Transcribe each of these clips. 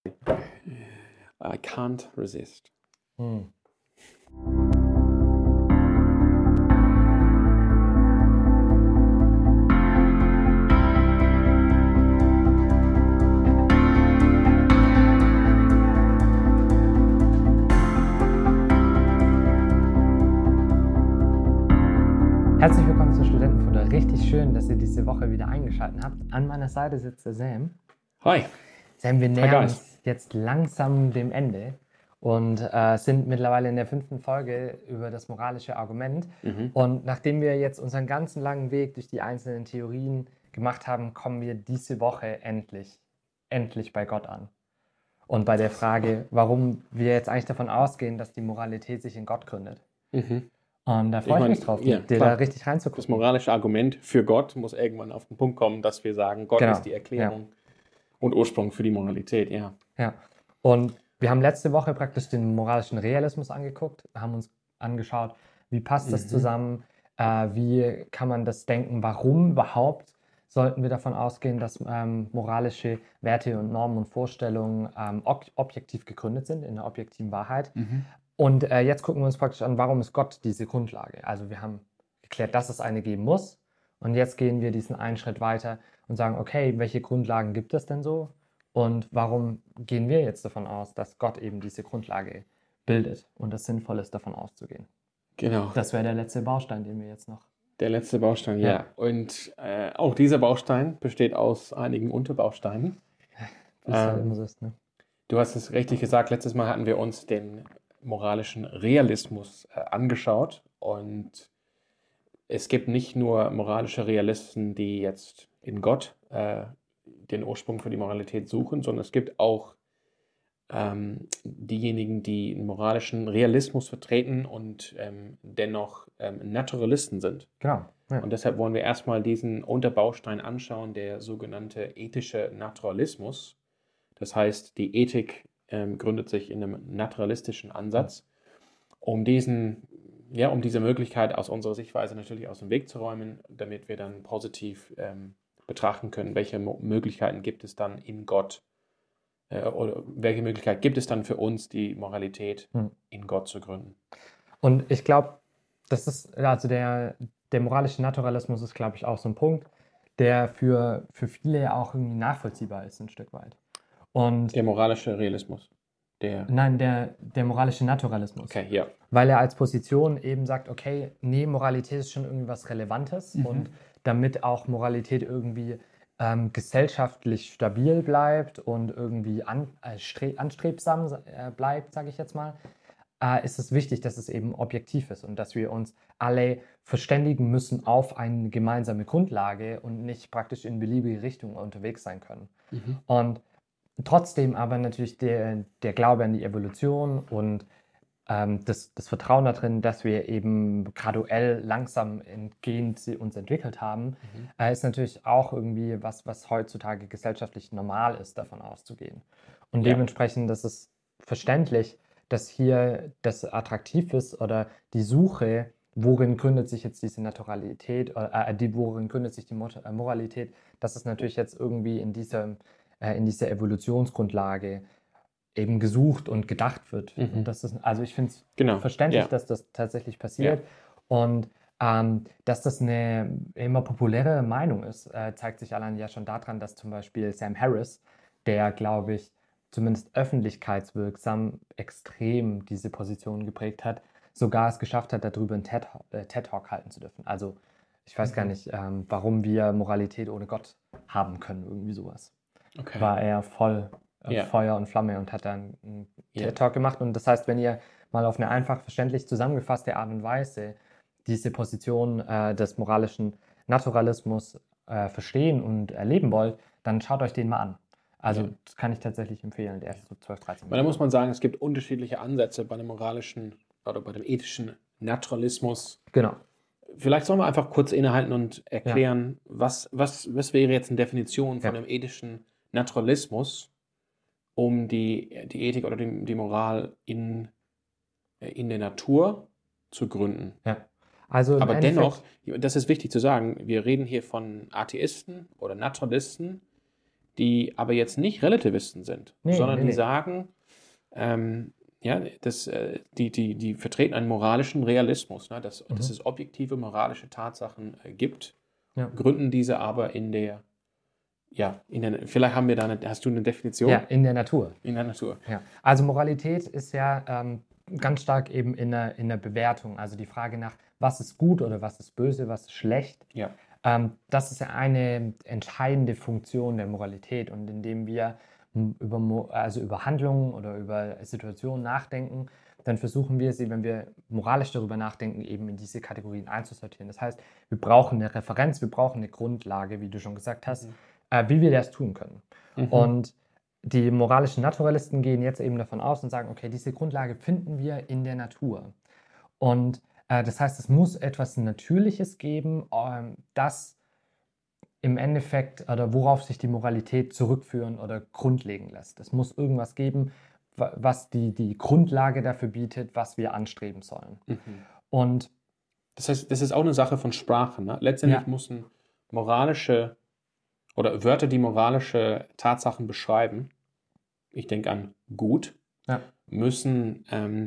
I can't resist. Herzlich willkommen zur Studentenfutter. Richtig schön, dass ihr diese Woche wieder eingeschaltet habt. An meiner Seite sitzt der Sam. Hi. Sam, wir nähern uns jetzt langsam dem Ende und sind mittlerweile in der 5. Folge über das moralische Argument. Und nachdem wir jetzt unseren ganzen langen Weg durch die einzelnen Theorien gemacht haben, kommen wir diese Woche endlich bei Gott an. Und bei der Frage, warum wir jetzt eigentlich davon ausgehen, dass die Moralität sich in Gott gründet. Und da freue ich mich drauf, dir da richtig reinzugucken. Das moralische Argument für Gott muss irgendwann auf den Punkt kommen, dass wir sagen, Gott ist die Erklärung und Ursprung für die Moralität. Ja. Und wir haben letzte Woche praktisch den moralischen Realismus angeguckt, haben uns angeschaut, wie passt das zusammen, wie kann man das denken, warum überhaupt sollten wir davon ausgehen, dass moralische Werte und Normen und Vorstellungen objektiv gegründet sind, in der objektiven Wahrheit. Und jetzt gucken wir uns praktisch an, warum ist Gott diese Grundlage? Also wir haben geklärt, dass es eine geben muss. Und jetzt gehen wir diesen einen Schritt weiter und sagen, okay, welche Grundlagen gibt es denn so? Und warum gehen wir jetzt davon aus, dass Gott eben diese Grundlage bildet und es sinnvoll ist, davon auszugehen? Genau. Das wäre der letzte Baustein, den wir jetzt noch... Der letzte Baustein, ja. Und auch dieser Baustein besteht aus einigen Unterbausteinen. Wie es halt immer so ist, ne? Du hast es richtig gesagt, letztes Mal hatten wir uns den moralischen Realismus angeschaut. Und es gibt nicht nur moralische Realisten, die jetzt in Gott den Ursprung für die Moralität suchen, sondern es gibt auch diejenigen, die einen moralischen Realismus vertreten und dennoch Naturalisten sind. Genau. Ja. Und deshalb wollen wir erstmal diesen Unterbaustein anschauen, der sogenannte ethische Naturalismus. Das heißt, die Ethik gründet sich in einem naturalistischen Ansatz, um diese Möglichkeit aus unserer Sichtweise natürlich aus dem Weg zu räumen, damit wir dann positiv betrachten können, welche Möglichkeiten gibt es dann in Gott oder welche Möglichkeit gibt es dann für uns, die Moralität in Gott zu gründen. Und ich glaube, das ist, also der moralische Naturalismus ist, glaube ich, auch so ein Punkt, der für viele ja auch irgendwie nachvollziehbar ist, ein Stück weit. Und der moralische Realismus? Nein, der moralische Naturalismus. Okay, ja. Weil er als Position eben sagt, okay, nee, Moralität ist schon irgendwie was Relevantes und damit auch Moralität irgendwie gesellschaftlich stabil bleibt und irgendwie anstrebsam bleibt, sage ich jetzt mal, ist es wichtig, dass es eben objektiv ist und dass wir uns alle verständigen müssen auf eine gemeinsame Grundlage und nicht praktisch in beliebige Richtungen unterwegs sein können. Und trotzdem aber natürlich der Glaube an die Evolution und das Vertrauen darin, dass wir eben graduell langsam entgehend uns entwickelt haben, ist natürlich auch irgendwie was heutzutage gesellschaftlich normal ist, davon auszugehen. Und dementsprechend ist es verständlich, dass hier das attraktiv ist oder die Suche, worin gründet sich jetzt diese Naturalität, worin gründet sich die Moralität, dass es natürlich jetzt irgendwie in dieser Evolutionsgrundlage eben gesucht und gedacht wird. Und das ist, also ich finde es verständlich, dass das tatsächlich passiert. Und dass das eine immer populäre Meinung ist, zeigt sich allein ja schon daran, dass zum Beispiel Sam Harris, der, glaube ich, zumindest öffentlichkeitswirksam extrem diese Position geprägt hat, sogar es geschafft hat, darüber einen TED-Talk halten zu dürfen. Also ich weiß gar nicht, warum wir Moralität ohne Gott haben können, irgendwie sowas. Okay. War er voll Feuer und Flamme und hat dann einen TED-Talk gemacht. Und das heißt, wenn ihr mal auf eine einfach verständlich zusammengefasste Art und Weise diese Position des moralischen Naturalismus verstehen und erleben wollt, dann schaut euch den mal an. Also das kann ich tatsächlich empfehlen, der ist so 12, 13 Minuten. Da muss man sagen, es gibt unterschiedliche Ansätze bei dem moralischen oder bei dem ethischen Naturalismus. Genau. Vielleicht sollen wir einfach kurz innehalten und erklären, was wäre jetzt eine Definition von einem ethischen Naturalismus, um die Ethik oder die Moral in der Natur zu gründen. Ja. Also aber dennoch, das ist wichtig zu sagen, wir reden hier von Atheisten oder Naturalisten, die aber jetzt nicht Relativisten sind, sondern die sagen, die vertreten einen moralischen Realismus, ne? Dass es objektive moralische Tatsachen gibt, gründen diese aber vielleicht hast du eine Definition? Ja, in der Natur. In der Natur. Ja. Also Moralität ist ja ganz stark eben in der Bewertung, also die Frage nach, was ist gut oder was ist böse, was ist schlecht. Ja. Das ist ja eine entscheidende Funktion der Moralität, und indem wir über Handlungen oder über Situationen nachdenken, dann versuchen wir sie, wenn wir moralisch darüber nachdenken, eben in diese Kategorien einzusortieren. Das heißt, wir brauchen eine Referenz, wir brauchen eine Grundlage, wie du schon gesagt hast, wie wir das tun können. Und die moralischen Naturalisten gehen jetzt eben davon aus und sagen, okay, diese Grundlage finden wir in der Natur. Und das heißt, es muss etwas Natürliches geben, das im Endeffekt oder worauf sich die Moralität zurückführen oder grundlegen lässt. Es muss irgendwas geben, was die Grundlage dafür bietet, was wir anstreben sollen. Und das heißt, das ist auch eine Sache von Sprache. Ne? Letztendlich müssen moralische oder Wörter, die moralische Tatsachen beschreiben, ich denke an gut, müssen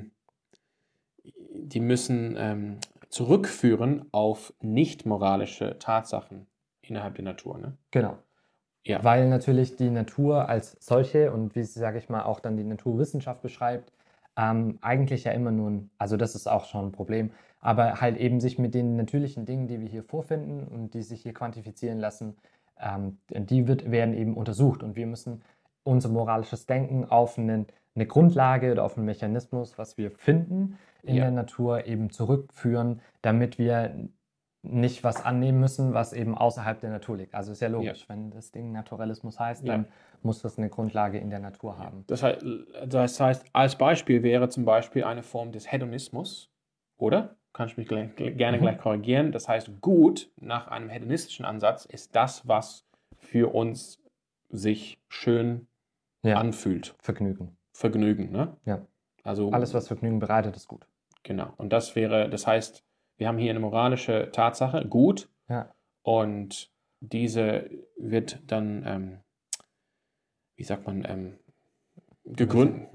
zurückführen auf nicht moralische Tatsachen innerhalb der Natur. Ne? Genau. Ja. Weil natürlich die Natur als solche und wie sie, sage ich mal, auch dann die Naturwissenschaft beschreibt, eigentlich ja immer nur, also das ist auch schon ein Problem, aber halt eben sich mit den natürlichen Dingen, die wir hier vorfinden und die sich hier quantifizieren lassen, die werden eben untersucht, und wir müssen unser moralisches Denken auf eine Grundlage oder auf einen Mechanismus, was wir finden in der Natur, eben zurückführen, damit wir nicht was annehmen müssen, was eben außerhalb der Natur liegt. Also ist ja logisch, wenn das Ding Naturalismus heißt, dann muss das eine Grundlage in der Natur haben. Das heißt, als Beispiel wäre zum Beispiel eine Form des Hedonismus, oder? Kannst du mich gerne gleich korrigieren. Das heißt, gut nach einem hedonistischen Ansatz ist das, was für uns sich schön anfühlt. Vergnügen, ne? Ja. Also alles, was Vergnügen bereitet, ist gut. Genau. Und das heißt, wir haben hier eine moralische Tatsache, gut. Ja. Und diese wird dann, wie sagt man, gegründet.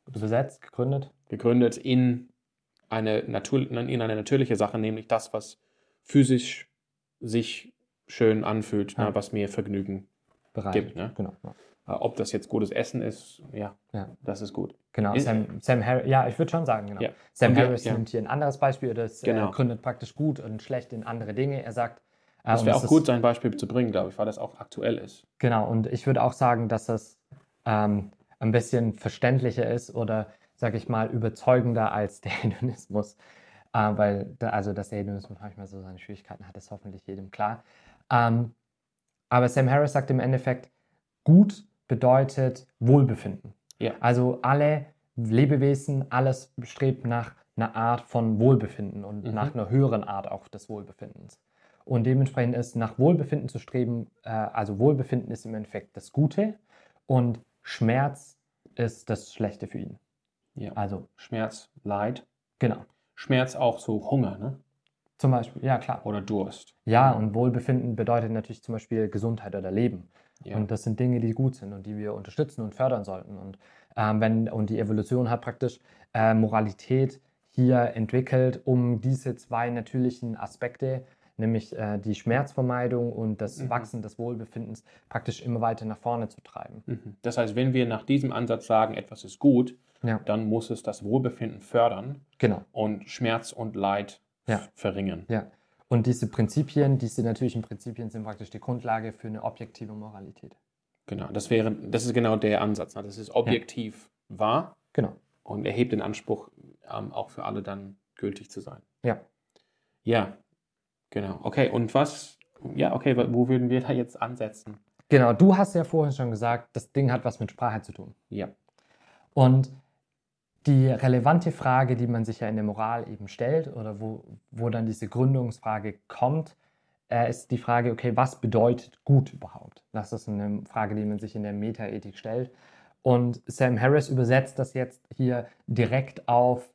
Gegründet in eine natürliche Sache, nämlich das, was physisch sich schön anfühlt, was mir Vergnügen gibt. Ne? Genau. Ob das jetzt gutes Essen ist, das ist gut. Genau, Sam Harris, ich würde schon sagen, genau. Ja. Sam Harris nimmt hier ein anderes Beispiel, das gründet praktisch gut und schlecht in andere Dinge. Er sagt, das wäre auch gut, sein Beispiel zu bringen, glaube ich, weil das auch aktuell ist. Genau, und ich würde auch sagen, dass das ein bisschen verständlicher ist oder, sage ich mal, überzeugender als der Hedonismus. Weil, dass der Hedonismus manchmal so seine Schwierigkeiten hat, ist hoffentlich jedem klar. Aber Sam Harris sagt im Endeffekt, gut bedeutet Wohlbefinden. Ja. Also alle Lebewesen, alles strebt nach einer Art von Wohlbefinden und nach einer höheren Art auch des Wohlbefindens. Und dementsprechend ist nach Wohlbefinden zu streben, also Wohlbefinden ist im Endeffekt das Gute und Schmerz ist das Schlechte für ihn. Ja. Also Schmerz, Leid. Genau. Schmerz auch so Hunger, ne? Zum Beispiel, ja klar. Oder Durst. Ja, und Wohlbefinden bedeutet natürlich zum Beispiel Gesundheit oder Leben. Ja. Und das sind Dinge, die gut sind und die wir unterstützen und fördern sollten. Und, die Evolution hat praktisch Moralität hier entwickelt, um diese zwei natürlichen Aspekte, nämlich die Schmerzvermeidung und das Wachsen des Wohlbefindens, praktisch immer weiter nach vorne zu treiben. Das heißt, wenn wir nach diesem Ansatz sagen, etwas ist gut, dann muss es das Wohlbefinden fördern und Schmerz und Leid verringern. Ja. Und diese natürlichen Prinzipien sind praktisch die Grundlage für eine objektive Moralität. Genau, das ist genau der Ansatz. Das ist objektiv wahr. Genau. Und erhebt den Anspruch, auch für alle dann gültig zu sein. Ja. Ja, genau. Okay, und wo würden wir da jetzt ansetzen? Genau, du hast ja vorhin schon gesagt, das Ding hat was mit Sprache zu tun. Ja. Und die relevante Frage, die man sich ja in der Moral eben stellt oder wo dann diese Gründungsfrage kommt, ist die Frage, okay, was bedeutet gut überhaupt? Das ist eine Frage, die man sich in der Metaethik stellt. Und Sam Harris übersetzt das jetzt hier direkt auf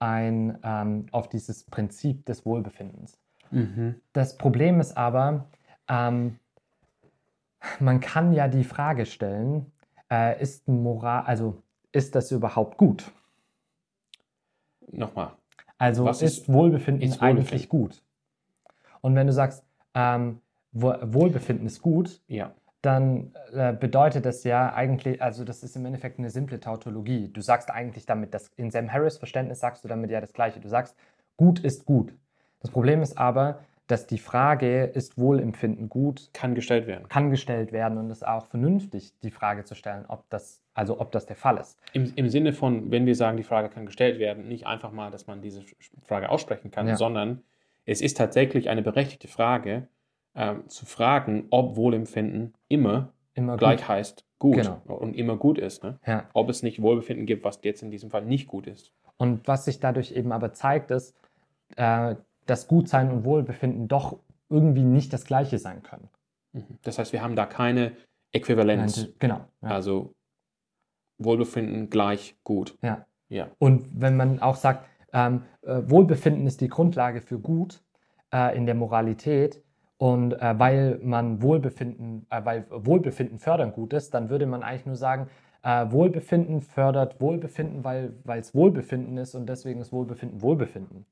dieses Prinzip des Wohlbefindens. Das Problem ist aber, man kann ja die Frage stellen, ist das überhaupt gut? Nochmal. Also Was ist Wohlbefinden ist Wohlbefinden? eigentlich gut? Und wenn du sagst, Wohlbefinden ist gut, Ja. dann bedeutet das ja eigentlich, also das ist im Endeffekt eine simple Tautologie. Du sagst eigentlich damit, in Sam Harris Verständnis sagst du damit ja das Gleiche. Du sagst, gut ist gut. Das Problem ist aber, dass die Frage, ist Wohlempfinden gut, Kann gestellt werden. kann gestellt werden und es ist auch vernünftig, die Frage zu stellen, ob das der Fall ist. Im Sinne von, wenn wir sagen, die Frage kann gestellt werden, nicht einfach mal, dass man diese Frage aussprechen kann, Ja. sondern es ist tatsächlich eine berechtigte Frage, zu fragen, ob Wohlempfinden immer gleich gut heißt gut Genau. und immer gut ist. Ne? Ja. Ob es nicht Wohlbefinden gibt, was jetzt in diesem Fall nicht gut ist. Und was sich dadurch eben aber zeigt, ist, dass Gutsein und Wohlbefinden doch irgendwie nicht das Gleiche sein können. Das heißt, wir haben da keine Äquivalenz. Genau. Ja. Also Wohlbefinden gleich gut. Ja. Ja. Und wenn man auch sagt, Wohlbefinden ist die Grundlage für gut in der Moralität und weil Wohlbefinden fördern gut ist, dann würde man eigentlich nur sagen, Wohlbefinden fördert Wohlbefinden, weil es Wohlbefinden ist und deswegen ist Wohlbefinden Wohlbefinden.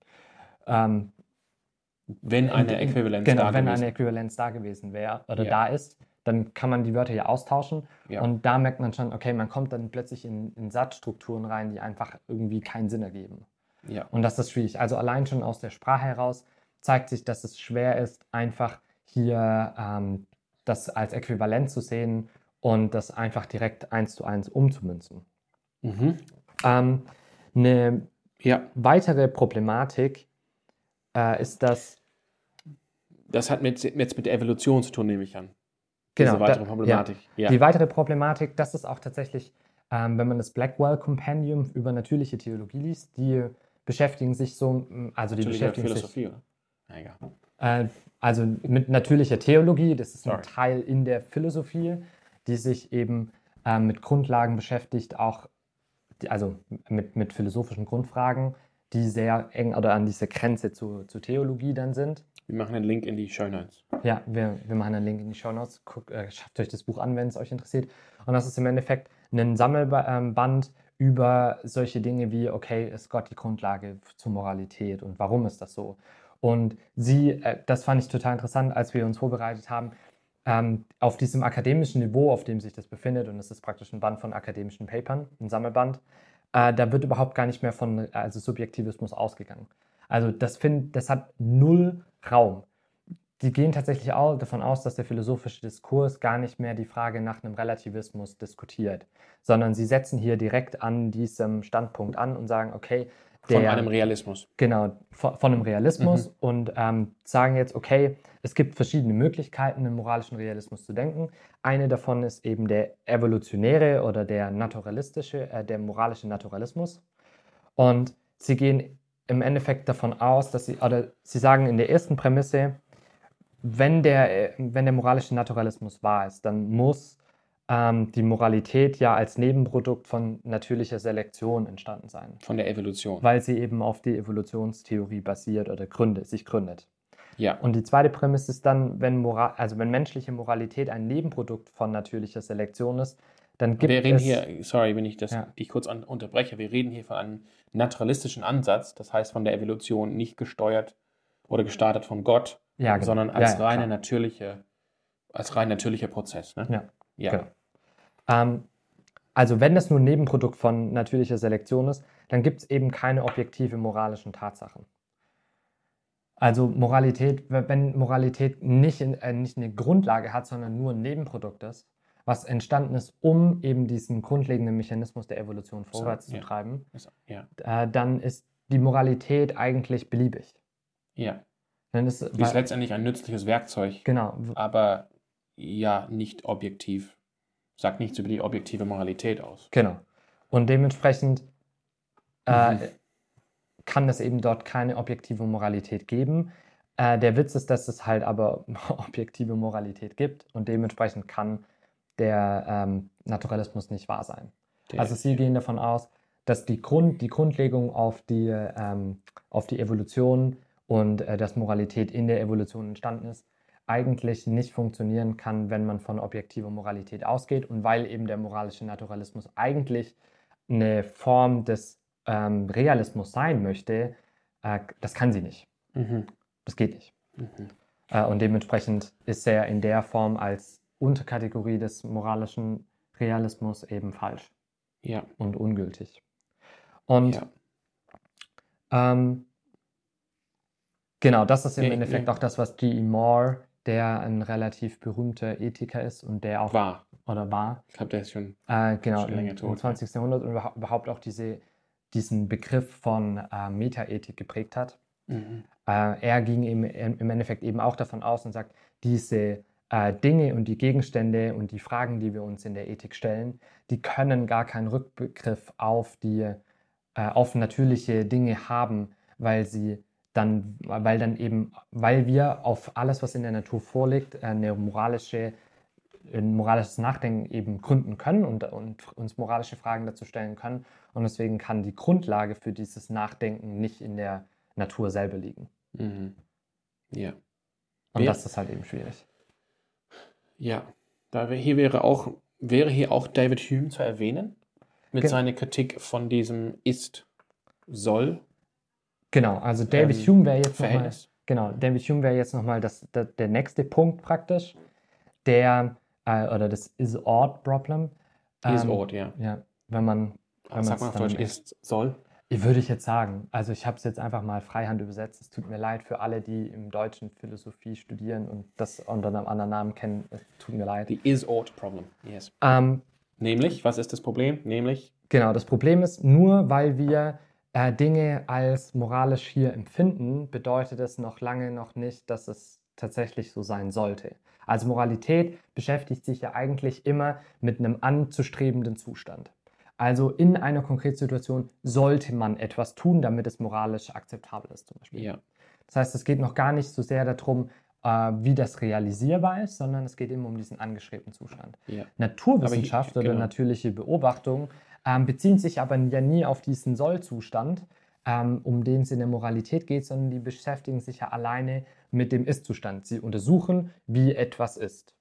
Wenn eine Äquivalenz eine Äquivalenz da gewesen wäre oder da ist, dann kann man die Wörter ja austauschen und da merkt man schon, okay, man kommt dann plötzlich in Satzstrukturen rein, die einfach irgendwie keinen Sinn ergeben. Ja. Und das ist schwierig. Also allein schon aus der Sprache heraus zeigt sich, dass es schwer ist, einfach hier das als Äquivalent zu sehen und das einfach direkt 1:1 umzumünzen. Eine weitere Problematik ist, dass das hat jetzt mit der Evolution zu tun, nehme ich an. Genau, diese weitere Problematik. Ja. Die weitere Problematik, das ist auch tatsächlich, wenn man das Blackwell Compendium über natürliche Theologie liest, die beschäftigen sich Philosophie, oder? Egal. Also mit natürlicher Theologie, das ist ein Teil in der Philosophie, die sich eben mit Grundlagen beschäftigt, auch mit philosophischen Grundfragen, die sehr eng oder an dieser Grenze zur Theologie dann sind. Wir machen einen Link in die Shownotes. Ja, wir machen einen Link in die Shownotes. Schafft euch das Buch an, wenn es euch interessiert. Und das ist im Endeffekt ein Sammelband über solche Dinge wie, okay, ist Gott die Grundlage zur Moralität und warum ist das so? Und das fand ich total interessant, als wir uns vorbereitet haben, auf diesem akademischen Niveau, auf dem sich das befindet, und das ist praktisch ein Band von akademischen Papern, ein Sammelband, da wird überhaupt gar nicht mehr von Subjektivismus ausgegangen. Also das hat null Raum. Die gehen tatsächlich auch davon aus, dass der philosophische Diskurs gar nicht mehr die Frage nach einem Relativismus diskutiert, sondern sie setzen hier direkt an diesem Standpunkt an und sagen, okay, von einem Realismus. Genau, von einem Realismus und sagen jetzt, okay, es gibt verschiedene Möglichkeiten, einen moralischen Realismus zu denken. Eine davon ist eben der evolutionäre oder der der moralische Naturalismus. Und sie gehen im Endeffekt davon aus, dass sie sagen in der ersten Prämisse, wenn der moralische Naturalismus wahr ist, dann muss die Moralität ja als Nebenprodukt von natürlicher Selektion entstanden sein. Von der Evolution. Weil sie eben auf die Evolutionstheorie basiert oder sich gründet. Ja. Und die zweite Prämisse ist dann, wenn menschliche Moralität ein Nebenprodukt von natürlicher Selektion ist, dann gibt es... Wir reden hier, sorry, wenn ich dich kurz unterbreche, wir reden hier von einem naturalistischen Ansatz, das heißt von der Evolution nicht gesteuert oder gestartet von Gott, sondern als rein natürlicher Prozess. Ne? Ja. Genau. Also wenn das nur ein Nebenprodukt von natürlicher Selektion ist, dann gibt es eben keine objektive moralischen Tatsachen. Also wenn Moralität nicht eine Grundlage hat, sondern nur ein Nebenprodukt ist, was entstanden ist, um eben diesen grundlegenden Mechanismus der Evolution vorwärts zu treiben, dann ist die Moralität eigentlich beliebig. Ja. Die ist letztendlich ein nützliches Werkzeug, aber ja nicht objektiv. Sagt nichts über die objektive Moralität aus. Genau. Und dementsprechend kann es eben dort keine objektive Moralität geben. Der Witz ist, dass es halt aber objektive Moralität gibt und dementsprechend kann der Naturalismus nicht wahr sein. Also sie gehen davon aus, dass die Grundlegung auf die Evolution und dass Moralität in der Evolution entstanden ist, eigentlich nicht funktionieren kann, wenn man von objektiver Moralität ausgeht und weil eben der moralische Naturalismus eigentlich eine Form des Realismus sein möchte, das kann sie nicht. Das geht nicht. Und dementsprechend ist er in der Form als Unterkategorie des moralischen Realismus eben falsch und ungültig. Und genau, das ist im Endeffekt auch das, was G.E. Moore, der ein relativ berühmter Ethiker ist und der auch war. Ich glaube, der ist schon genau, schon länger tot. Im 20. Jahrhundert und überhaupt auch diesen Begriff von Metaethik geprägt hat. Er ging im Endeffekt eben auch davon aus und sagt, diese Dinge und die Gegenstände und die Fragen, die wir uns in der Ethik stellen, die können gar keinen Rückbegriff auf natürliche Dinge haben, weil wir auf alles, was in der Natur vorliegt, ein moralisches Nachdenken eben gründen können und uns moralische Fragen dazu stellen können. Und deswegen kann die Grundlage für dieses Nachdenken nicht in der Natur selber liegen. Ja. Und das ist halt eben schwierig. Ja, wäre hier auch David Hume zu erwähnen, mit seiner Kritik von diesem Ist-Soll. Genau, also David Hume wäre jetzt Verhältnis. David Hume wäre jetzt nochmal der nächste Punkt praktisch, oder das Is-Ought-Problem. Is-Ought, ja. Ja, wenn man sag mal auf Deutsch, Ist-Soll. Würde ich jetzt sagen. Also ich habe es jetzt einfach mal freihand übersetzt. Es tut mir leid für alle, die im Deutschen Philosophie studieren und das unter einem anderen Namen kennen. Es tut mir leid. The Is-Ought-Problem, yes. Nämlich, was ist das Problem? Genau, das Problem ist, nur weil wir Dinge als moralisch hier empfinden, bedeutet es noch lange noch nicht, dass es tatsächlich so sein sollte. Also Moralität beschäftigt sich ja eigentlich immer mit einem anzustrebenden Zustand. Also in einer konkreten Situation sollte man etwas tun, damit es moralisch akzeptabel ist zum Beispiel. Ja. Das heißt, es geht noch gar nicht so sehr darum, wie das realisierbar ist, sondern es geht eben um diesen angestrebten Zustand. Ja. Naturwissenschaft oder natürliche Beobachtung beziehen sich aber ja nie auf diesen Sollzustand, um den es in der Moralität geht, sondern die beschäftigen sich ja alleine mit dem Ist-Zustand. Sie untersuchen, wie etwas ist.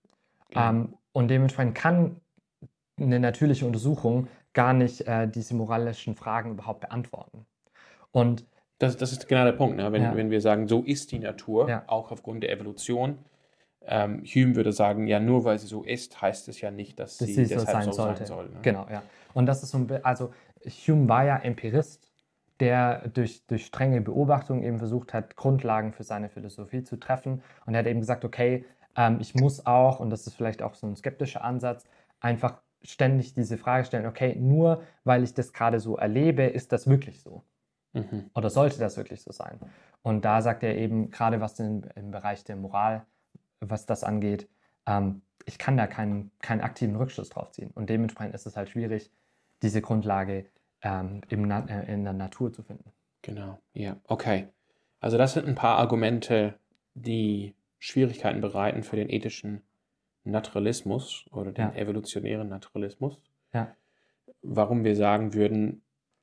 Und dementsprechend kann eine natürliche Untersuchung gar nicht diese moralischen Fragen überhaupt beantworten. Und das ist genau der Punkt, ne? Wenn wir sagen, so ist die Natur, auch aufgrund der Evolution. Hume würde sagen, ja, nur weil sie so ist, heißt es ja nicht, dass sie deshalb so sein soll. Ne? Genau, ja. Und das ist also Hume war ja Empirist, der durch strenge Beobachtung eben versucht hat, Grundlagen für seine Philosophie zu treffen. Und er hat eben gesagt, okay, ich muss auch, und das ist vielleicht auch so ein skeptischer Ansatz, einfach ständig diese Frage stellen, okay, nur weil ich das gerade so erlebe, ist das wirklich so? Oder sollte das wirklich so sein? Und da sagt er eben, gerade was im Bereich der Moral, was das angeht, ich kann da keinen aktiven Rückschluss drauf ziehen. Und dementsprechend ist es halt schwierig, diese Grundlage in der Natur zu finden. Genau, ja, okay. Also das sind ein paar Argumente, die Schwierigkeiten bereiten für den ethischen Naturalismus oder den evolutionären Naturalismus. Ja. Warum wir sagen würden,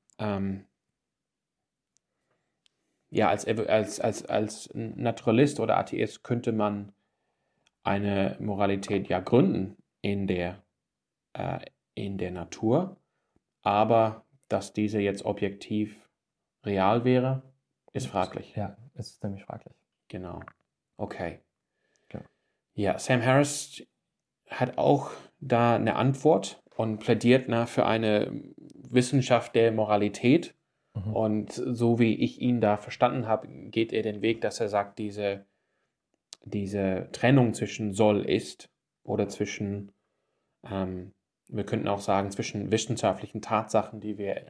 als Naturalist oder Atheist könnte man eine Moralität ja gründen in der Natur, aber dass diese jetzt objektiv real wäre, ist fraglich. Ja, ist ziemlich fraglich. Genau. Okay. Ja. Ja, Sam Harris hat auch da eine Antwort und plädiert für eine Wissenschaft der Moralität. Und so wie ich ihn da verstanden habe, geht er den Weg, dass er sagt, diese Trennung zwischen soll, ist oder zwischen, wir könnten auch sagen, zwischen wissenschaftlichen Tatsachen, die wir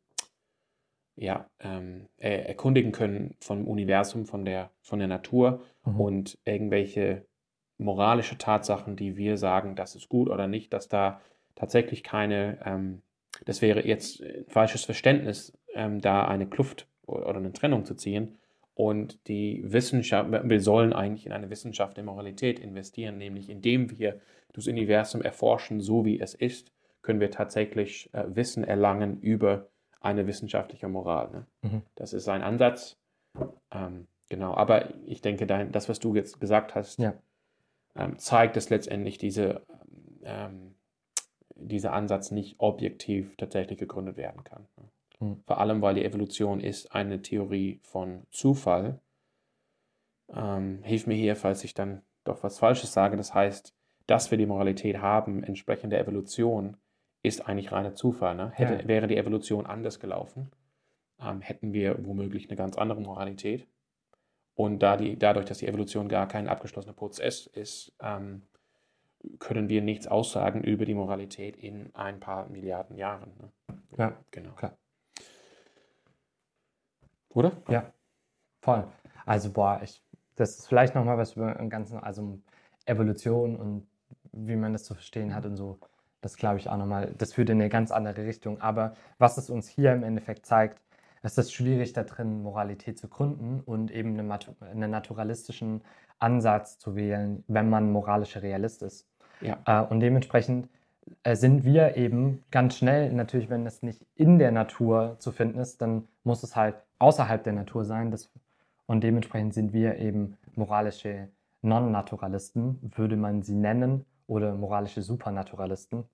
erkundigen können vom Universum, von der Natur und irgendwelche moralische Tatsachen, die wir sagen, das ist gut oder nicht, dass da tatsächlich keine, das wäre jetzt ein falsches Verständnis, da eine Kluft oder eine Trennung zu ziehen. Und die Wissenschaft, wir sollen eigentlich in eine Wissenschaft der Moralität investieren, nämlich indem wir das Universum erforschen, so wie es ist, können wir tatsächlich Wissen erlangen über eine wissenschaftliche Moral. Ne? Das ist sein Ansatz. Genau, aber ich denke, das, was du jetzt gesagt hast, Ja. zeigt, dass letztendlich dieser Ansatz nicht objektiv tatsächlich gegründet werden kann. Mhm. Vor allem, weil die Evolution ist eine Theorie von Zufall. Hilf mir hier, falls ich dann doch was Falsches sage. Das heißt, dass wir die Moralität haben, entsprechend der Evolution, ist eigentlich reiner Zufall. Ne? Ja. Wäre die Evolution anders gelaufen, hätten wir womöglich eine ganz andere Moralität. Und dadurch, dass die Evolution gar kein abgeschlossener Prozess ist, können wir nichts aussagen über die Moralität in ein paar Milliarden Jahren. Ne? Ja, genau. klar. Oder? Ja, voll. Also, das ist vielleicht nochmal was über den ganzen, also Evolution und wie man das zu verstehen hat und so. Das glaube ich auch nochmal, das führt in eine ganz andere Richtung. Aber was es uns hier im Endeffekt zeigt, ist es schwierig, da drin Moralität zu gründen und eben einen naturalistischen Ansatz zu wählen, wenn man moralischer Realist ist. Ja. Und dementsprechend sind wir eben ganz schnell, natürlich, wenn es nicht in der Natur zu finden ist, dann muss es halt außerhalb der Natur sein. Und dementsprechend sind wir eben moralische Non-Naturalisten, würde man sie nennen, oder moralische Supernaturalisten.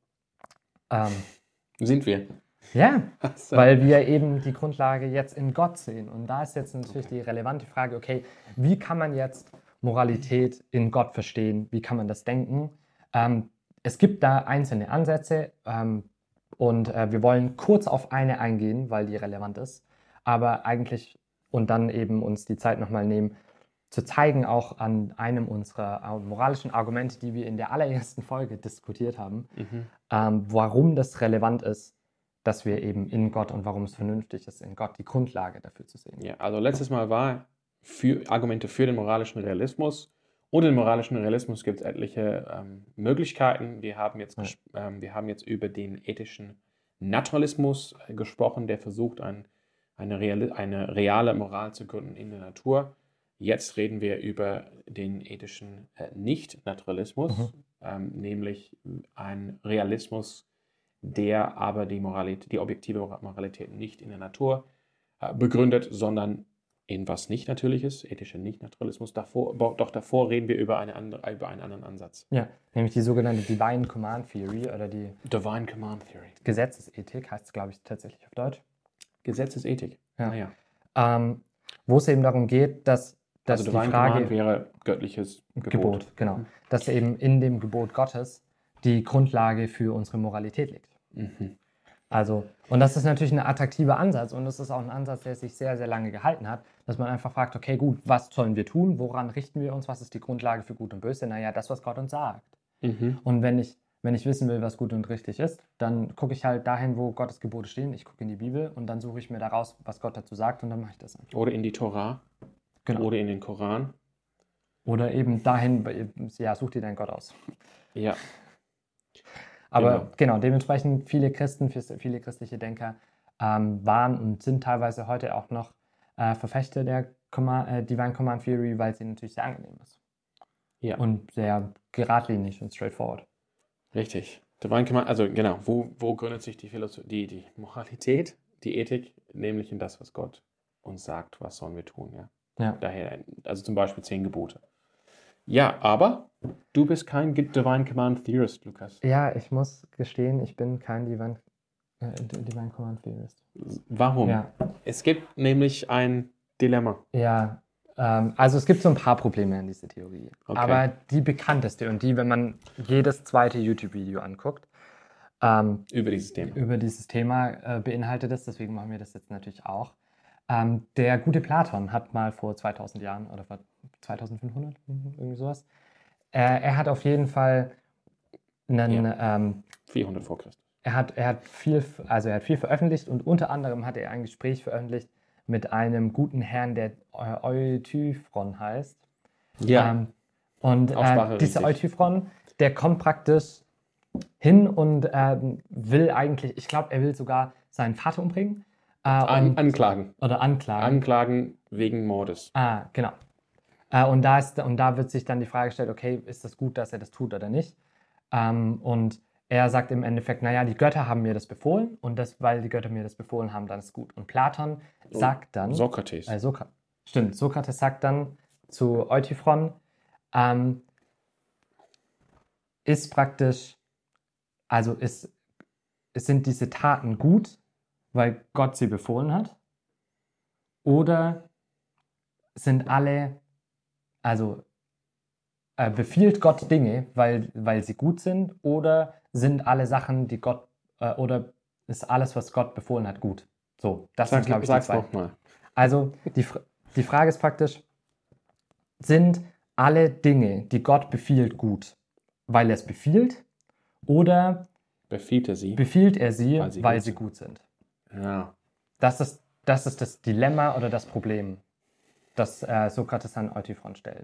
Sind wir? Ja, So. weil wir eben die Grundlage jetzt in Gott sehen. Und da ist jetzt natürlich die relevante Frage, okay, wie kann man jetzt Moralität in Gott verstehen? Wie kann man das denken? Es gibt da einzelne Ansätze und wir wollen kurz auf eine eingehen, weil die relevant ist. Aber eigentlich und dann eben uns die Zeit nochmal nehmen, zu zeigen, auch an einem unserer moralischen Argumente, die wir in der allerersten Folge diskutiert haben, warum das relevant ist, dass wir eben in Gott und warum es vernünftig ist, in Gott die Grundlage dafür zu sehen. Ja, also letztes Mal war Argumente für den moralischen Realismus. Und im moralischen Realismus gibt es etliche Möglichkeiten. Wir haben jetzt über den ethischen Naturalismus gesprochen, der versucht, eine reale Moral zu gründen in der Natur. Jetzt reden wir über den ethischen Nicht-Naturalismus, nämlich ein Realismus, der aber die objektive Moralität nicht in der Natur begründet, sondern in was nicht Natürliches, ethischer Nicht-Naturalismus. Davor reden wir über einen anderen Ansatz. Ja, nämlich die sogenannte Divine Command Theory oder die Divine Command Theory. Gesetzesethik heißt es, glaube ich, tatsächlich auf Deutsch. Gesetzesethik. Ja. Wo es eben darum geht, dass also die Divine Frage Command wäre göttliches Gebot. Genau. Dass eben in dem Gebot Gottes die Grundlage für unsere Moralität liegt. Also, und das ist natürlich ein attraktiver Ansatz und das ist auch ein Ansatz, der sich sehr, sehr lange gehalten hat, dass man einfach fragt, okay, gut, was sollen wir tun? Woran richten wir uns? Was ist die Grundlage für Gut und Böse? Naja, das, was Gott uns sagt. Und wenn ich wissen will, was gut und richtig ist, dann gucke ich halt dahin, wo Gottes Gebote stehen. Ich gucke in die Bibel und dann suche ich mir daraus, was Gott dazu sagt und dann mache ich das einfach. Oder in die Torah. Genau. Oder in den Koran. Oder eben dahin, ja, such dir deinen Gott aus. Ja. Aber genau, dementsprechend viele Christen, viele christliche Denker waren und sind teilweise heute auch noch Verfechter der Divine Command Theory, weil sie natürlich sehr angenehm ist. Ja. Und sehr geradlinig und straightforward. Richtig. Divine Command, also genau, wo gründet sich die Moralität, die Ethik, nämlich in das, was Gott uns sagt, was sollen wir tun, ja. Daher, also zum Beispiel 10 Gebote. Ja, aber du bist kein Divine Command Theorist, Lukas. Ja, ich muss gestehen, ich bin kein Divine Command Theorist. Warum? Ja. Es gibt nämlich ein Dilemma. Ja, also es gibt so ein paar Probleme in dieser Theorie. Okay. Aber die bekannteste und die, wenn man jedes zweite YouTube-Video anguckt, über dieses Thema beinhaltet es, deswegen machen wir das jetzt natürlich auch. Der gute Platon hat mal vor 2000 Jahren oder vor 2500, irgendwie sowas, er hat auf jeden Fall einen... 400 vor Christus. Er hat viel veröffentlicht und unter anderem hat er ein Gespräch veröffentlicht mit einem guten Herrn, der Eutyphron heißt. Ja. Und dieser Eutyphron, der kommt praktisch hin und will eigentlich, ich glaube, er will sogar seinen Vater umbringen. Anklagen. Oder anklagen. Anklagen wegen Mordes. Genau. Und da wird sich dann die Frage gestellt, okay, ist das gut, dass er das tut oder nicht? Und er sagt im Endeffekt, naja, die Götter haben mir das befohlen und weil die Götter mir das befohlen haben, dann ist es gut. Und Platon sagt dann... Sokrates. Stimmt, Sokrates sagt dann zu Euthyphron, ist praktisch, also es sind diese Taten gut, weil Gott sie befohlen hat, oder sind alle, also befiehlt Gott Dinge, weil sie gut sind, oder sind alle Sachen, die Gott, oder ist alles, was Gott befohlen hat, gut? So, das sind, glaube ich, die Sag's zwei. nochmal. Also die Frage ist praktisch, sind alle Dinge, die Gott befiehlt, gut, weil er es befiehlt, oder Befiehlt er sie? befiehlt er sie, Weil sie gut sind? Ja. Das ist das Dilemma oder das Problem, das Sokrates an Euthyphron stellt.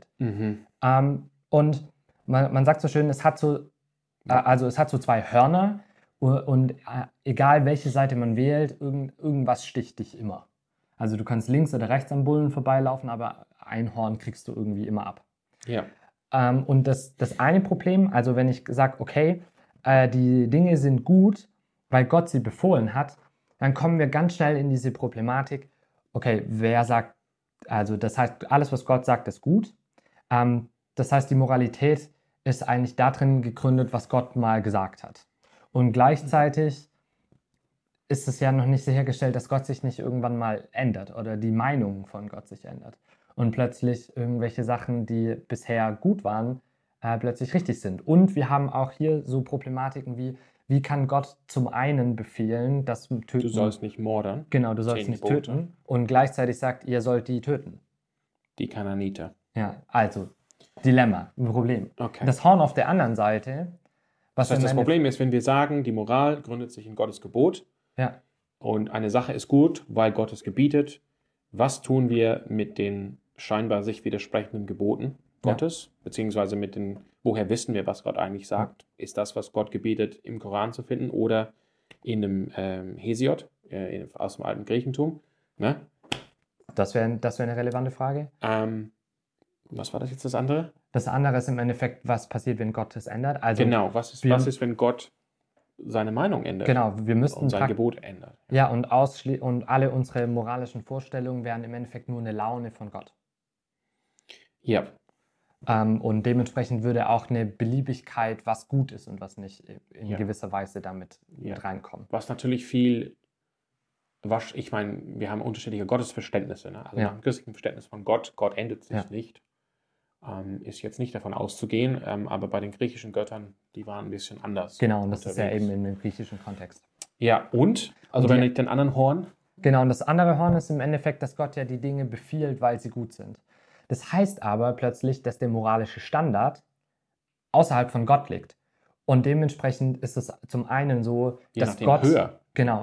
Und man sagt so schön, es hat so zwei Hörner und egal welche Seite man wählt, irgendwas sticht dich immer. Also du kannst links oder rechts am Bullen vorbeilaufen, aber ein Horn kriegst du irgendwie immer ab. Ja. Und das eine Problem, also wenn ich sage, okay, die Dinge sind gut, weil Gott sie befohlen hat, dann kommen wir ganz schnell in diese Problematik, okay, wer sagt, also das heißt, alles, was Gott sagt, ist gut. Das heißt, die Moralität ist eigentlich darin gegründet, was Gott mal gesagt hat. Und gleichzeitig ist es ja noch nicht sichergestellt, dass Gott sich nicht irgendwann mal ändert oder die Meinung von Gott sich ändert. Und plötzlich irgendwelche Sachen, die bisher gut waren, plötzlich richtig sind. Und wir haben auch hier so Problematiken wie kann Gott zum einen befehlen, dass töten. Du sollst nicht mordern. Genau, du sollst 10 nicht Gebote. töten. Und gleichzeitig sagt, ihr sollt die töten. Die Kananiter. Ja, also Dilemma, ein Problem. Okay. Das Horn auf der anderen Seite, was Das heißt, das Problem ist, wenn wir sagen, die Moral gründet sich in Gottes Gebot ja, und eine Sache ist gut, weil Gott es gebietet, was tun wir mit den scheinbar sich widersprechenden Geboten Gottes, beziehungsweise mit den, woher wissen wir, was Gott eigentlich sagt? Ist das, was Gott gebietet, im Koran zu finden oder in einem Hesiod aus dem alten Griechentum? Ne? das wäre eine relevante Frage. Was war das jetzt das andere? Das andere ist im Endeffekt, was passiert, wenn Gott es ändert. Also, Genau, was ist, wenn Gott seine Meinung ändert? Genau, wir müssten und sein Gebot ändert. Ja, und alle unsere moralischen Vorstellungen wären im Endeffekt nur eine Laune von Gott. Ja. Und dementsprechend würde auch eine Beliebigkeit, was gut ist und was nicht, in gewisser Weise damit mit reinkommen. Was natürlich ich meine, wir haben unterschiedliche Gottesverständnisse. Ne? Also im christlichen Verständnis von Gott ändert sich nicht. Ist jetzt nicht davon auszugehen, aber bei den griechischen Göttern, die waren ein bisschen anders. Genau, und das ist ja eben in dem griechischen Kontext. Ja, also wenn ich den anderen Horn? Genau, und das andere Horn ist im Endeffekt, dass Gott ja die Dinge befiehlt, weil sie gut sind. Das heißt aber plötzlich, dass der moralische Standard außerhalb von Gott liegt. Und dementsprechend ist es zum einen so, dass Gott höher.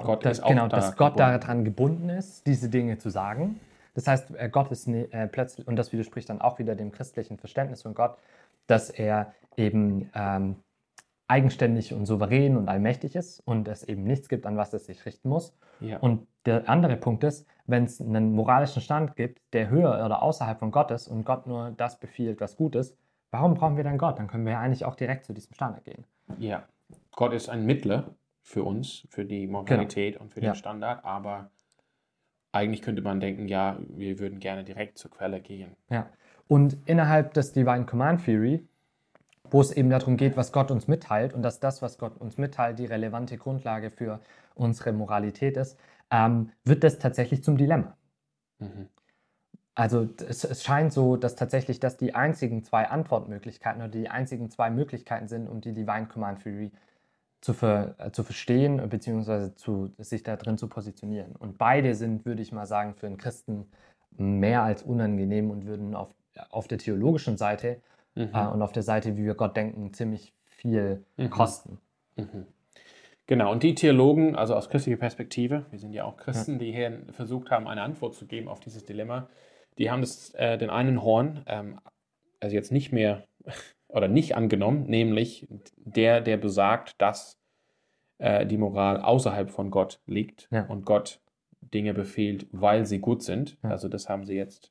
dass Gott daran gebunden ist, diese Dinge zu sagen. Das heißt, Gott ist plötzlich, und das widerspricht dann auch wieder dem christlichen Verständnis von Gott, dass er eben eigenständig und souverän und allmächtig ist und es eben nichts gibt, an was es sich richten muss. Ja. Und der andere Punkt ist, wenn es einen moralischen Stand gibt, der höher oder außerhalb von Gott ist und Gott nur das befiehlt, was gut ist, warum brauchen wir dann Gott? Dann können wir ja eigentlich auch direkt zu diesem Standard gehen. Ja, Gott ist ein Mittler für uns, für die Moralität und für den Standard, aber eigentlich könnte man denken, ja, wir würden gerne direkt zur Quelle gehen. Ja, und innerhalb des Divine Command Theory, wo es eben darum geht, was Gott uns mitteilt und dass das, was Gott uns mitteilt, die relevante Grundlage für unsere Moralität ist, wird das tatsächlich zum Dilemma. Mhm. Also es scheint so, dass tatsächlich das die einzigen zwei Antwortmöglichkeiten oder die einzigen zwei Möglichkeiten sind, um die Divine Command Theory zu verstehen bzw. sich da drin zu positionieren. Und beide sind, würde ich mal sagen, für einen Christen mehr als unangenehm und würden auf der theologischen Seite und auf der Seite, wie wir Gott denken, ziemlich viel kosten. Mhm. Genau, und die Theologen, also aus christlicher Perspektive, wir sind ja auch Christen, die hier versucht haben, eine Antwort zu geben auf dieses Dilemma, die haben den einen Horn, also jetzt nicht mehr oder nicht angenommen, nämlich der besagt, dass die Moral außerhalb von Gott liegt und Gott Dinge befehlt, weil sie gut sind. Ja. Also das haben sie jetzt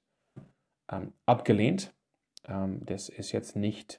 abgelehnt. Das ist jetzt nicht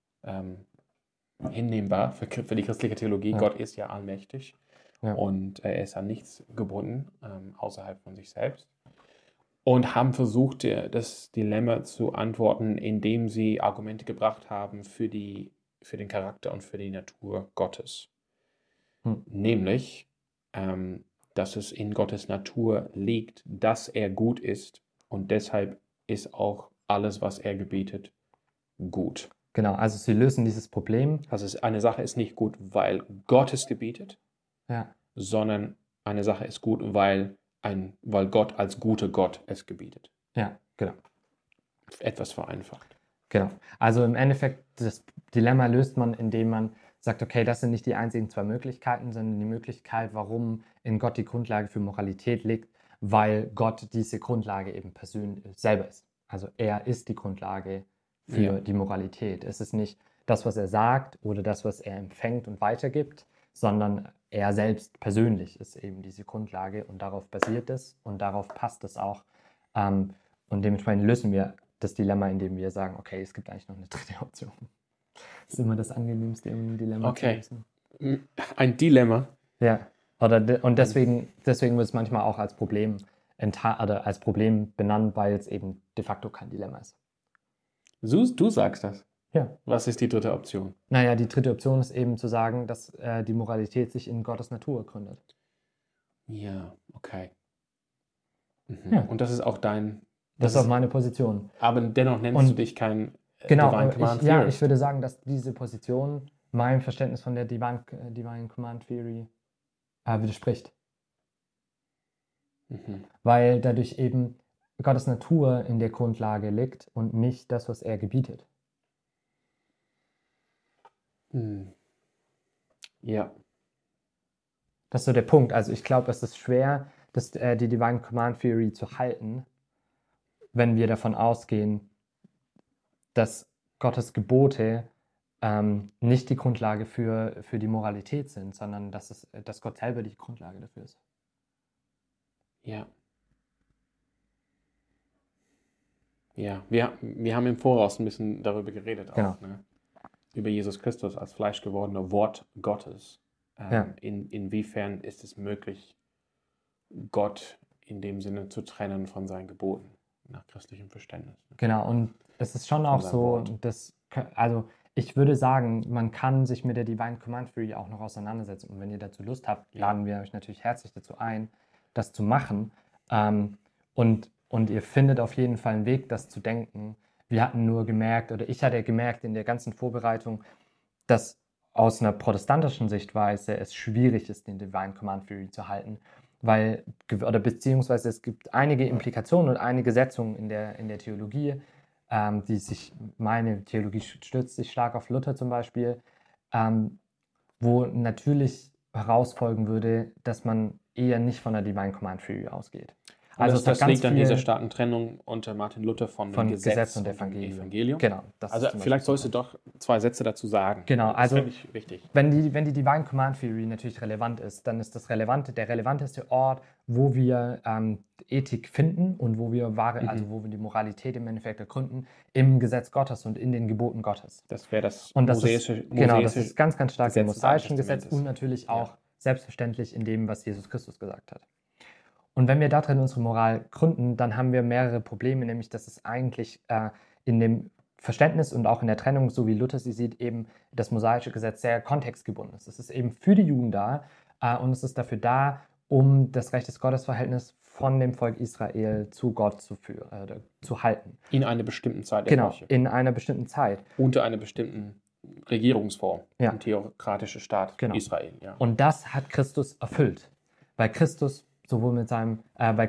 hinnehmbar für die christliche Theologie. Ja. Gott ist ja allmächtig und er ist an nichts gebunden außerhalb von sich selbst. und haben versucht, das Dilemma zu antworten, indem sie Argumente gebracht haben für den Charakter und für die Natur Gottes. Nämlich, dass es in Gottes Natur liegt, dass er gut ist und deshalb ist auch alles, was er gebietet, gut. Genau, also sie lösen dieses Problem. Also eine Sache ist nicht gut, weil Gott es gebietet, Ja, sondern eine Sache ist gut, weil Gott als guter Gott es gebietet. ja, genau. Etwas vereinfacht. Genau. Also im Endeffekt, das Dilemma löst man, indem man sagt, okay, das sind nicht die einzigen zwei Möglichkeiten, sondern die Möglichkeit, warum in Gott die Grundlage für Moralität liegt, weil Gott diese Grundlage eben persönlich selber ist. Also er ist die Grundlage für die Moralität. Es ist nicht das, was er sagt oder das, was er empfängt und weitergibt, sondern er selbst persönlich ist eben diese Grundlage und darauf basiert es und darauf passt es auch. Und dementsprechend lösen wir das Dilemma, indem wir sagen, okay, es gibt eigentlich noch eine dritte Option. Das ist immer das Angenehmste, um ein Dilemma zu lösen. Ein Dilemma? Ja, und deswegen wird es manchmal auch als Problem benannt, weil es eben de facto kein Dilemma ist. Du sagst das? Ja. Was ist die dritte Option? Naja, die dritte Option ist eben zu sagen, dass die Moralität sich in Gottes Natur gründet. Ja, okay. Ja. Und das ist auch Das ist auch meine Position. Aber dennoch nennst du dich kein Divine Command Theory. Ja, ich würde sagen, dass diese Position meinem Verständnis von der Divine Command Theory widerspricht. Weil dadurch eben Gottes Natur in der Grundlage liegt und nicht das, was er gebietet. Ja. Das ist so der Punkt. Also ich glaube, es ist schwer, die Divine Command Theory zu halten, wenn wir davon ausgehen, dass Gottes Gebote nicht die Grundlage für die Moralität sind, sondern dass Gott selber die Grundlage dafür ist. Ja. Ja, wir haben im Voraus ein bisschen darüber geredet, genau. auch, ne? Über Jesus Christus als fleischgewordener Wort Gottes. Inwiefern ist es möglich, Gott in dem Sinne zu trennen von seinen Geboten, nach christlichem Verständnis? Ne? Genau, und es ist schon auch so, also ich würde sagen, man kann sich mit der Divine Command Theory auch noch auseinandersetzen. Und wenn ihr dazu Lust habt, laden wir euch natürlich herzlich dazu ein, das zu machen. Und ihr findet auf jeden Fall einen Weg, das zu denken. Wir hatten nur gemerkt, oder ich hatte gemerkt in der ganzen Vorbereitung, dass aus einer protestantischen Sichtweise es schwierig ist, den Divine Command Theory zu halten, beziehungsweise es gibt einige Implikationen und einige Setzungen in der Theologie, meine Theologie stützt sich stark auf Luther zum Beispiel, wo natürlich herausfolgen würde, dass man eher nicht von der Divine Command Theory ausgeht. Also das liegt an dieser starken Trennung unter Martin Luther von Gesetz und Evangelium. Genau. Also vielleicht sollst du doch 2 Sätze dazu sagen. Genau, das also finde ich wichtig. Wenn die Divine Command Theory natürlich relevant ist, dann ist der relevanteste Ort, wo wir Ethik finden und wo wir wo wir die Moralität im Endeffekt ergründen, im Gesetz Gottes und in den Geboten Gottes. Das wäre das mosaische das ist ganz, ganz stark im mosaischen Gesetz und natürlich auch selbstverständlich in dem, was Jesus Christus gesagt hat. Und wenn wir darin unsere Moral gründen, dann haben wir mehrere Probleme, nämlich dass es eigentlich in dem Verständnis und auch in der Trennung, so wie Luther sie sieht, eben das mosaische Gesetz sehr kontextgebunden ist. Es ist eben für die Juden da und es ist dafür da, um das Rechtes-Gottes-Verhältnis von dem Volk Israel zu Gott zu halten. In einer bestimmten Zeit der Epoche. In einer bestimmten Zeit. Unter einer bestimmten Regierungsform, ein theokratischer Staat Israel. Ja. Und das hat Christus erfüllt. Weil Christus mit seinem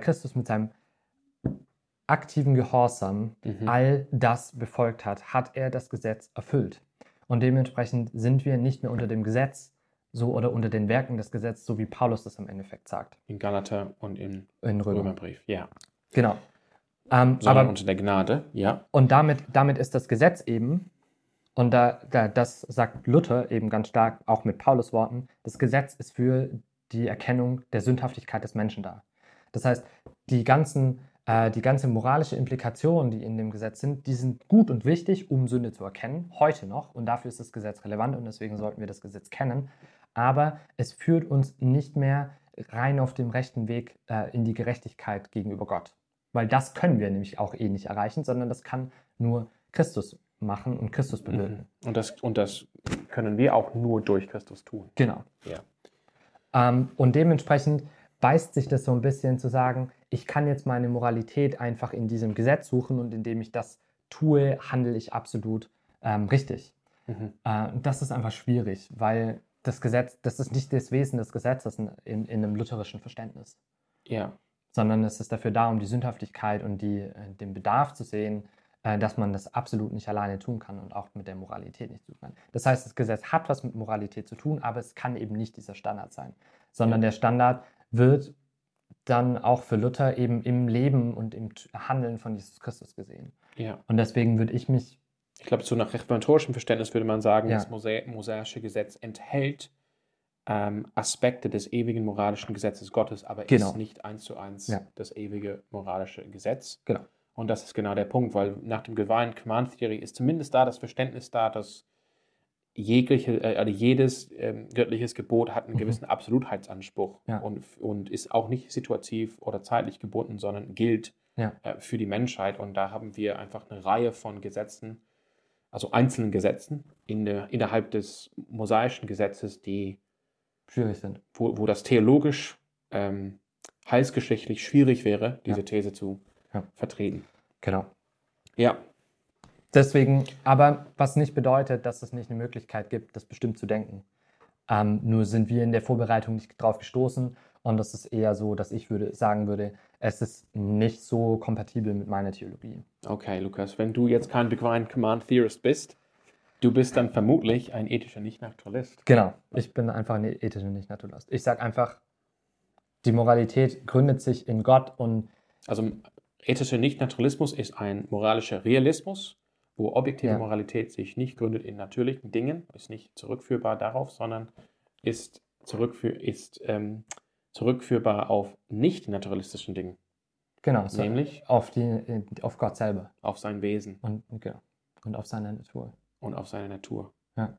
aktiven Gehorsam all das befolgt hat er das Gesetz erfüllt. Und dementsprechend sind wir nicht mehr unter dem Gesetz oder unter den Werken des Gesetzes, so wie Paulus das im Endeffekt sagt. In Galater und in Römerbrief, ja. Genau. Aber unter der Gnade, ja. Und damit ist das Gesetz eben, und das sagt Luther eben ganz stark, auch mit Paulus Worten, das Gesetz ist für die Erkennung der Sündhaftigkeit des Menschen da. Das heißt, die ganze moralische Implikation, die in dem Gesetz sind, die sind gut und wichtig, um Sünde zu erkennen, heute noch. Und dafür ist das Gesetz relevant und deswegen sollten wir das Gesetz kennen. Aber es führt uns nicht mehr rein auf dem rechten Weg in die Gerechtigkeit gegenüber Gott. Weil das können wir nämlich auch nicht erreichen, sondern das kann nur Christus machen und Christus bewirken. Und das können wir auch nur durch Christus tun. Genau. Ja. Und dementsprechend beißt sich das so ein bisschen zu sagen, ich kann jetzt meine Moralität einfach in diesem Gesetz suchen und indem ich das tue, handle ich absolut richtig. Das ist einfach schwierig, weil das Gesetz, das ist nicht das Wesen des Gesetzes in einem lutherischen Verständnis. Ja. Sondern es ist dafür da, um die Sündhaftigkeit und den Bedarf zu sehen, dass man das absolut nicht alleine tun kann und auch mit der Moralität nicht tun kann. Das heißt, das Gesetz hat was mit Moralität zu tun, aber es kann eben nicht dieser Standard sein, sondern der Standard wird dann auch für Luther eben im Leben und im Handeln von Jesus Christus gesehen. Ja. Und deswegen würde ich mich... Ich glaube, so nach reformatorischem Verständnis würde man sagen, Ja. das mosaische Gesetz enthält Aspekte des ewigen moralischen Gesetzes Gottes, aber Genau. ist nicht 1:1 Ja. das ewige moralische Gesetz. Genau. Und das ist genau der Punkt, weil nach dem Divine Command Theory ist zumindest da das Verständnis da, dass jedes göttliches Gebot hat einen gewissen Absolutheitsanspruch Ja. und ist auch nicht situativ oder zeitlich gebunden, sondern gilt Ja. für die Menschheit. Und da haben wir einfach eine Reihe von Gesetzen, also einzelnen Gesetzen innerhalb des mosaischen Gesetzes, die schwierig sind. wo das theologisch, heilsgeschichtlich schwierig wäre, diese These zu vertreten. Genau. Ja. Deswegen, aber was nicht bedeutet, dass es nicht eine Möglichkeit gibt, das bestimmt zu denken. Nur sind wir in der Vorbereitung nicht drauf gestoßen und das ist eher so, dass ich sagen würde, es ist nicht so kompatibel mit meiner Theologie. Okay, Lukas, wenn du jetzt kein Divine Command Theorist bist, du bist dann vermutlich ein ethischer Nicht-Naturalist. Genau, ich bin einfach ein ethischer Nicht-Naturalist. Ich sage einfach, die Moralität gründet sich in Gott und... Also ethischer Nicht-Naturalismus ist ein moralischer Realismus, wo objektive Ja. Moralität sich nicht gründet in natürlichen Dingen, ist nicht zurückführbar darauf, sondern ist zurückführbar auf nicht-naturalistischen Dingen, Genau, nämlich auf Gott selber auf sein Wesen und auf seine Natur. und auf seine Natur. Ja.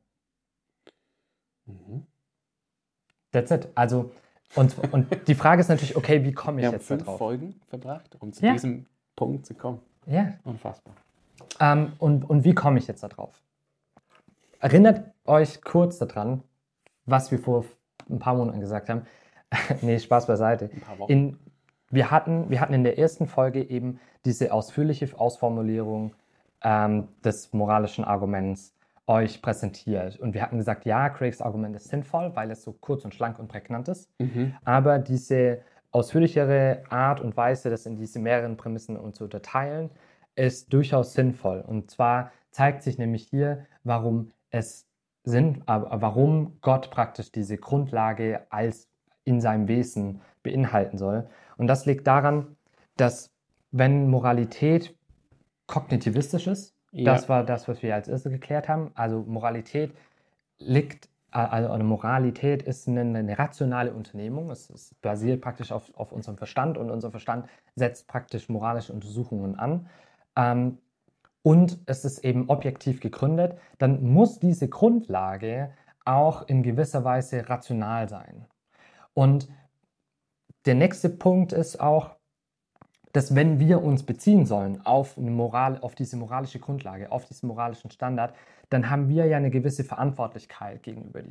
Mhm. That's it. Also, und die Frage ist natürlich, okay, wie komme ich Wir haben jetzt 5 darauf? Folgen verbracht, um zu Ja. diesem Punkt zu kommen. Ja. Unfassbar. Und wie komme ich jetzt darauf? Erinnert euch kurz daran, was wir vor ein paar Monaten gesagt haben. Nee, Spaß beiseite. Ein paar Wochen. Wir hatten in der ersten Folge eben diese ausführliche Ausformulierung des moralischen Arguments euch präsentiert. Und wir hatten gesagt, ja, Craigs Argument ist sinnvoll, weil es so kurz und schlank und prägnant ist. Aber diese ausführlichere Art und Weise, das in diese mehreren Prämissen zu unterteilen, ist durchaus sinnvoll. Und zwar zeigt sich nämlich hier, warum Gott praktisch diese Grundlage als in seinem Wesen beinhalten soll. Und das liegt daran, dass wenn Moralität kognitivistisch ist, das war das, was wir als erstes geklärt haben, also Moralität eine Moralität ist eine rationale Unternehmung, es basiert praktisch auf unserem Verstand und unser Verstand setzt praktisch moralische Untersuchungen an. Und es ist eben objektiv gegründet, dann muss diese Grundlage auch in gewisser Weise rational sein. Und der nächste Punkt ist auch, dass wenn wir uns beziehen sollen auf diese moralische Grundlage, auf diesen moralischen Standard, dann haben wir ja eine gewisse Verantwortlichkeit gegenüber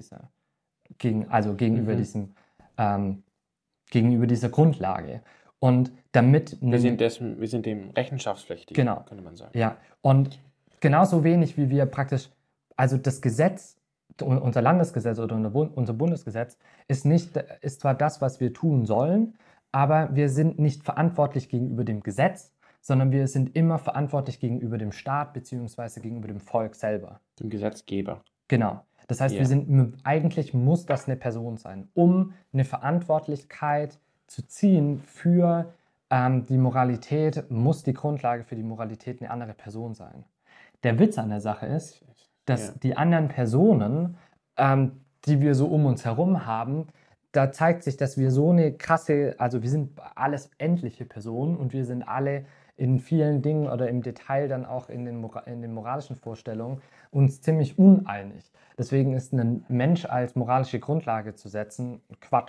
dieser Grundlage. Und damit wir sind dem rechenschaftspflichtig, genau, könnte man sagen. Ja, und genauso wenig wie wir praktisch, also das Gesetz, unser Landesgesetz oder unser Bundesgesetz ist zwar das, was wir tun sollen, aber wir sind nicht verantwortlich gegenüber dem Gesetz, sondern wir sind immer verantwortlich gegenüber dem Staat bzw. gegenüber dem Volk selber. Dem Gesetzgeber. Genau. Das heißt, eigentlich muss das eine Person sein, um eine Verantwortlichkeit zu ziehen für die Moralität, muss die Grundlage für die Moralität eine andere Person sein. Der Witz an der Sache ist, dass die anderen Personen, die wir so um uns herum haben, da zeigt sich, dass wir so eine krasse, also wir sind alles endliche Personen und wir sind alle in vielen Dingen oder im Detail dann auch in den moralischen Vorstellungen uns ziemlich uneinig. Deswegen ist ein Mensch als moralische Grundlage zu setzen Quatsch,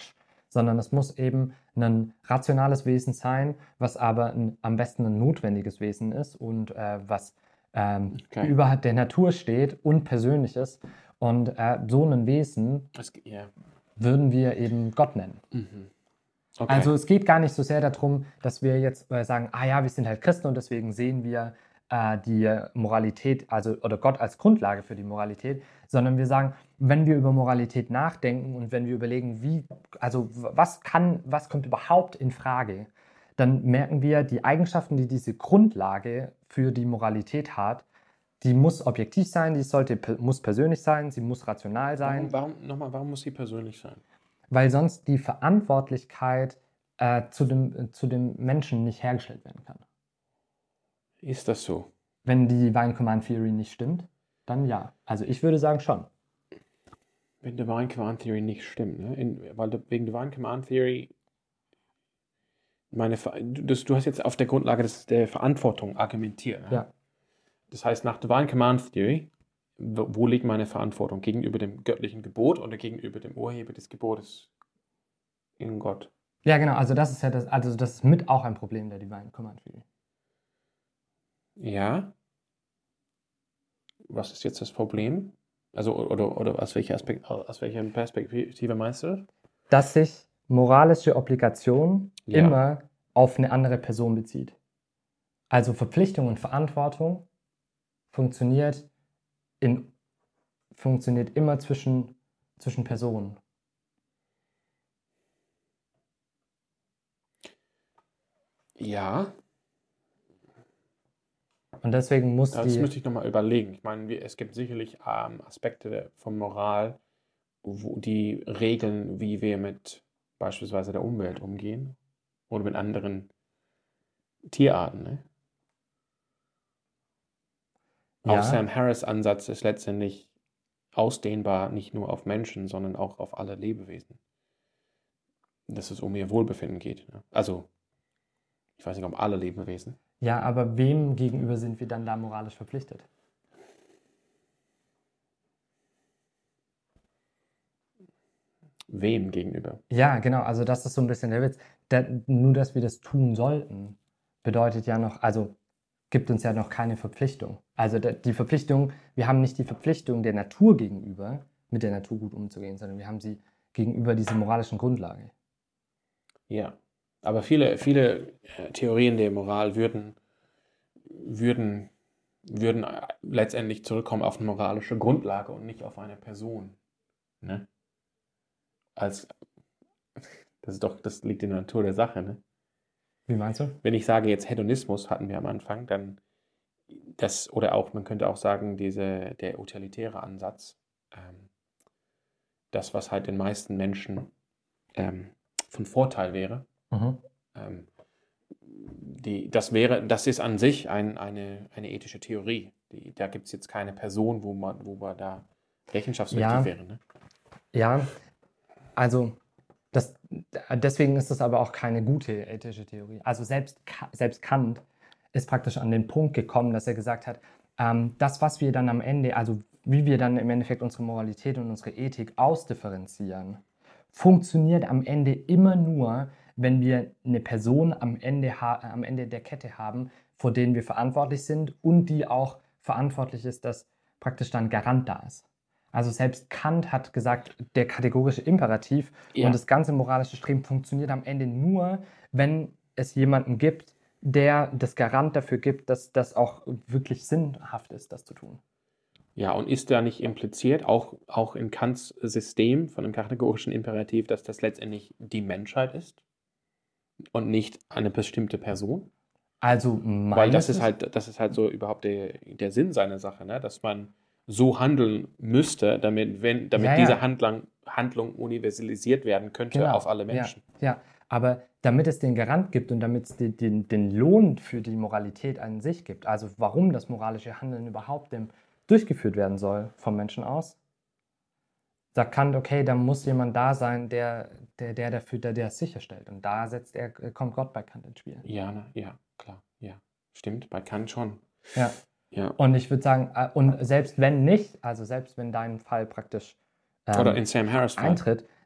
sondern es muss eben ein rationales Wesen sein, was aber am besten ein notwendiges Wesen ist und was über der Natur steht und persönlich ist. Und so ein Wesen würden wir eben Gott nennen. Okay. Also es geht gar nicht so sehr darum, dass wir jetzt sagen, wir sind halt Christen und deswegen sehen wir die Moralität, oder Gott als Grundlage für die Moralität, sondern wir sagen, wenn wir über Moralität nachdenken und wenn wir überlegen, was kommt überhaupt in Frage, dann merken wir, die Eigenschaften, die diese Grundlage für die Moralität hat, die muss objektiv sein, muss persönlich sein, sie muss rational sein. Warum muss sie persönlich sein? Weil sonst die Verantwortlichkeit zu dem Menschen nicht hergestellt werden kann. Ist das so? Wenn die Divine Command Theory nicht stimmt, dann ja. Also ich würde sagen schon. Wenn Divine Command Theory nicht stimmt, ne? Weil wegen Divine Command Theory, du hast jetzt auf der Grundlage der Verantwortung argumentiert. Ne? Ja. Das heißt, nach Divine Command Theory, wo liegt meine Verantwortung? Gegenüber dem göttlichen Gebot oder gegenüber dem Urheber des Gebotes in Gott? Ja, genau. Also das ist ja das ist mit auch ein Problem der Divine Command Theory. Ja. Was ist jetzt das Problem? Also, oder aus welcher Perspektive meinst du? Dass sich moralische Obligation immer auf eine andere Person bezieht. Also Verpflichtung und Verantwortung funktioniert immer zwischen Personen. Ja. Und deswegen das müsste ich nochmal überlegen. Ich meine, es gibt sicherlich Aspekte von Moral, die regeln, wie wir mit beispielsweise der Umwelt umgehen oder mit anderen Tierarten. Ne? Ja. Auch Sam Harris' Ansatz ist letztendlich ausdehnbar, nicht nur auf Menschen, sondern auch auf alle Lebewesen. Dass es um ihr Wohlbefinden geht. Ne? Also, ich weiß nicht, um alle Lebewesen. Ja, aber wem gegenüber sind wir dann da moralisch verpflichtet? Wem gegenüber? Ja, genau. Also das ist so ein bisschen der Witz. Nur, dass wir das tun sollten, bedeutet ja noch, also gibt uns ja noch keine Verpflichtung. Also die Verpflichtung, wir haben nicht die Verpflichtung der Natur gegenüber, mit der Natur gut umzugehen, sondern wir haben sie gegenüber dieser moralischen Grundlage. Ja, aber viele Theorien der Moral würden letztendlich zurückkommen auf eine moralische Grundlage und nicht auf eine Person. Ne? Das liegt in der Natur der Sache. Ne? Wie meinst du? Wenn ich sage jetzt Hedonismus, hatten wir am Anfang, dann man könnte auch sagen, der utilitäre Ansatz, das, was halt den meisten Menschen von Vorteil wäre, das ist an sich eine ethische Theorie. Da gibt es jetzt keine Person, wo man da rechenschaftspflichtig wäre. Ne? Ja, also deswegen ist das aber auch keine gute ethische Theorie. Also selbst Kant ist praktisch an den Punkt gekommen, dass er gesagt hat, das, was wir dann am Ende, also wie wir dann im Endeffekt unsere Moralität und unsere Ethik ausdifferenzieren, funktioniert am Ende immer nur, wenn wir eine Person am Ende der Kette haben, vor denen wir verantwortlich sind und die auch verantwortlich ist, dass praktisch dann Garant da ist. Also selbst Kant hat gesagt, der kategorische Imperativ und das ganze moralische Streben funktioniert am Ende nur, wenn es jemanden gibt, der das Garant dafür gibt, dass das auch wirklich sinnhaft ist, das zu tun. Ja, und ist da nicht impliziert, auch in Kants System von einem kategorischen Imperativ, dass das letztendlich die Menschheit ist und nicht eine bestimmte Person? Also weil das ist halt so überhaupt der Sinn seiner Sache, ne? Dass man so handeln müsste, damit diese Handlung universalisiert werden könnte auf alle Menschen. Ja, aber damit es den Garant gibt und damit es den Lohn für die Moralität an sich gibt, also warum das moralische Handeln überhaupt durchgeführt werden soll vom Menschen aus, sagt Kant, okay, da muss jemand da sein, der es sicherstellt. Und da kommt Gott bei Kant ins Spiel. Ja, klar. Ja, stimmt, bei Kant schon. Ja. Und ich würde sagen, und selbst wenn nicht, also selbst wenn dein Fall praktisch oder in Sam Harris' Fall eintritt,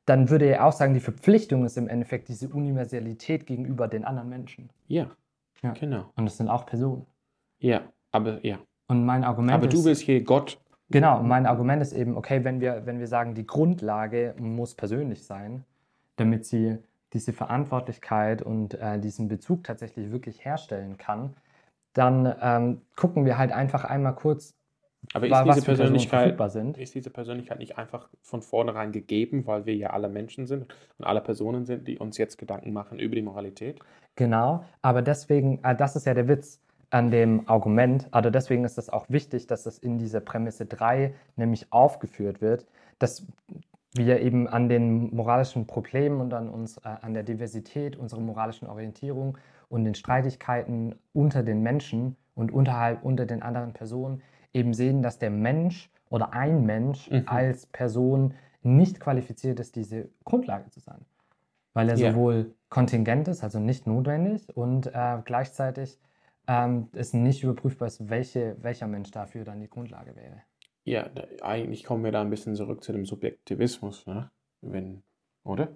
dann würde er auch sagen, die Verpflichtung ist im Endeffekt diese Universalität gegenüber den anderen Menschen. Ja, Ja. genau. Und das sind auch Personen. Ja, aber ja. Und mein Argument Aber ist... du willst hier Gott... Genau, mein Argument ist eben, okay, wenn wir sagen, die Grundlage muss persönlich sein, damit sie diese Verantwortlichkeit und diesen Bezug tatsächlich wirklich herstellen kann, dann gucken wir halt einfach einmal kurz, Aber was für Personen verfügbar sind. Ist diese Persönlichkeit nicht einfach von vornherein gegeben, weil wir ja alle Menschen sind und alle Personen sind, die uns jetzt Gedanken machen über die Moralität? Genau, aber deswegen, das ist ja der Witz an dem Argument, also deswegen ist es auch wichtig, dass das in dieser Prämisse 3 nämlich aufgeführt wird, dass wir eben an den moralischen Problemen und an der Diversität unserer moralischen Orientierung und den Streitigkeiten unter den Menschen und unter den anderen Personen eben sehen, dass der Mensch oder ein Mensch als Person nicht qualifiziert ist, diese Grundlage zu sein. Weil er sowohl kontingent ist, also nicht notwendig, und gleichzeitig es nicht überprüfbar ist, welcher Mensch dafür dann die Grundlage wäre. Ja, eigentlich kommen wir da ein bisschen zurück zu dem Subjektivismus, ne? Oder?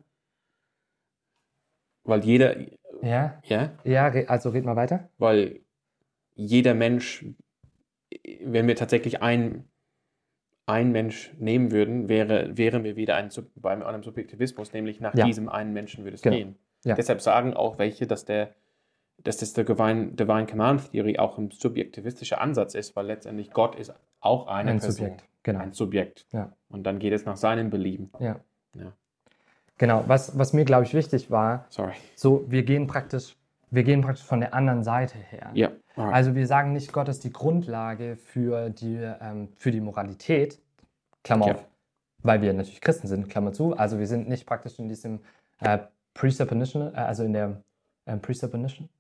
Weil jeder... Ja? Ja? Ja, also red mal weiter. Weil jeder Mensch, wenn wir tatsächlich einen Mensch nehmen würden, wären wir wieder bei einem Subjektivismus, nämlich nach diesem einen Menschen würde es gehen. Ja. Deshalb sagen auch welche, dass das der Divine Command Theory auch ein subjektivistischer Ansatz ist, weil letztendlich Gott ist auch eine Person. Subjekt, genau. Ein Subjekt. Ja. Und dann geht es nach seinem Belieben. Ja. Ja. Genau, was mir, glaube ich, wichtig war, Sorry. so wir gehen praktisch von der anderen Seite her. Ja. Alright. Also wir sagen nicht, Gott ist die Grundlage für die Moralität, Klammer auf, weil wir natürlich Christen sind, Klammer zu. Also wir sind nicht praktisch in diesem Presupposition, also in der Presupposition.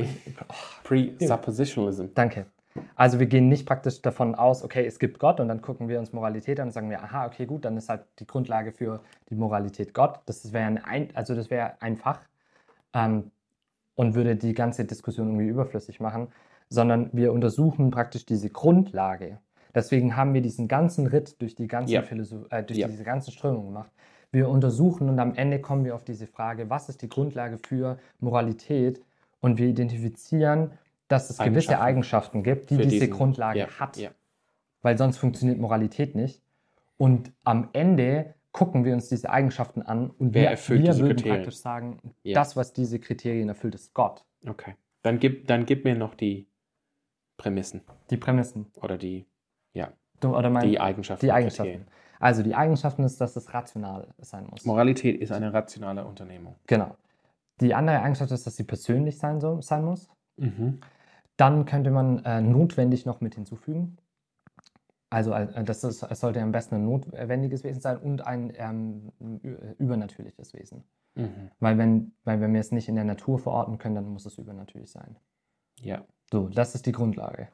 Presuppositionalism. Danke. Also wir gehen nicht praktisch davon aus, okay, es gibt Gott und dann gucken wir uns Moralität an und sagen wir, aha, okay, gut, dann ist halt die Grundlage für die Moralität Gott. Das wäre einfach und würde die ganze Diskussion irgendwie überflüssig machen, sondern wir untersuchen praktisch diese Grundlage. Deswegen haben wir diesen ganzen Ritt durch die ganze diese ganzen Strömungen gemacht. Wir untersuchen und am Ende kommen wir auf diese Frage, was ist die Grundlage für Moralität? Und wir identifizieren, dass es gewisse Eigenschaften gibt, die diese Grundlage hat. Ja. Weil sonst funktioniert Moralität nicht. Und am Ende gucken wir uns diese Eigenschaften an und wir würden praktisch sagen, das, was diese Kriterien erfüllt, ist Gott. Okay. Dann gib mir noch die Prämissen. Die Prämissen. Oder die Eigenschaften. Die Eigenschaften. Also die Eigenschaften ist, dass es rational sein muss. Moralität ist eine rationale Unternehmung. Genau. Die andere Eigenschaft ist, dass sie persönlich sein muss. Dann könnte man notwendig noch mit hinzufügen. Also es sollte am besten ein notwendiges Wesen sein und ein übernatürliches Wesen. Weil wenn wir es nicht in der Natur verorten können, dann muss es übernatürlich sein. Ja. So, das ist die Grundlage.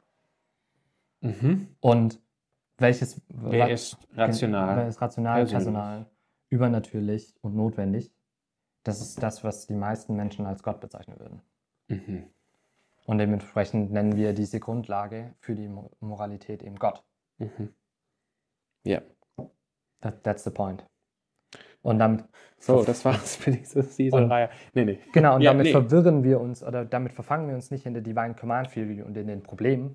Und wer ist rational? Wer ist rational, personal, übernatürlich und notwendig? Das ist das, was die meisten Menschen als Gott bezeichnen würden. Und dementsprechend nennen wir diese Grundlage für die Moralität eben Gott. Ja. That's the point. Und damit... So, das war's für diese Reihe. Nee. Genau, und verwirren wir uns, oder damit verfangen wir uns nicht in der Divine Command Theory und in den Problemen.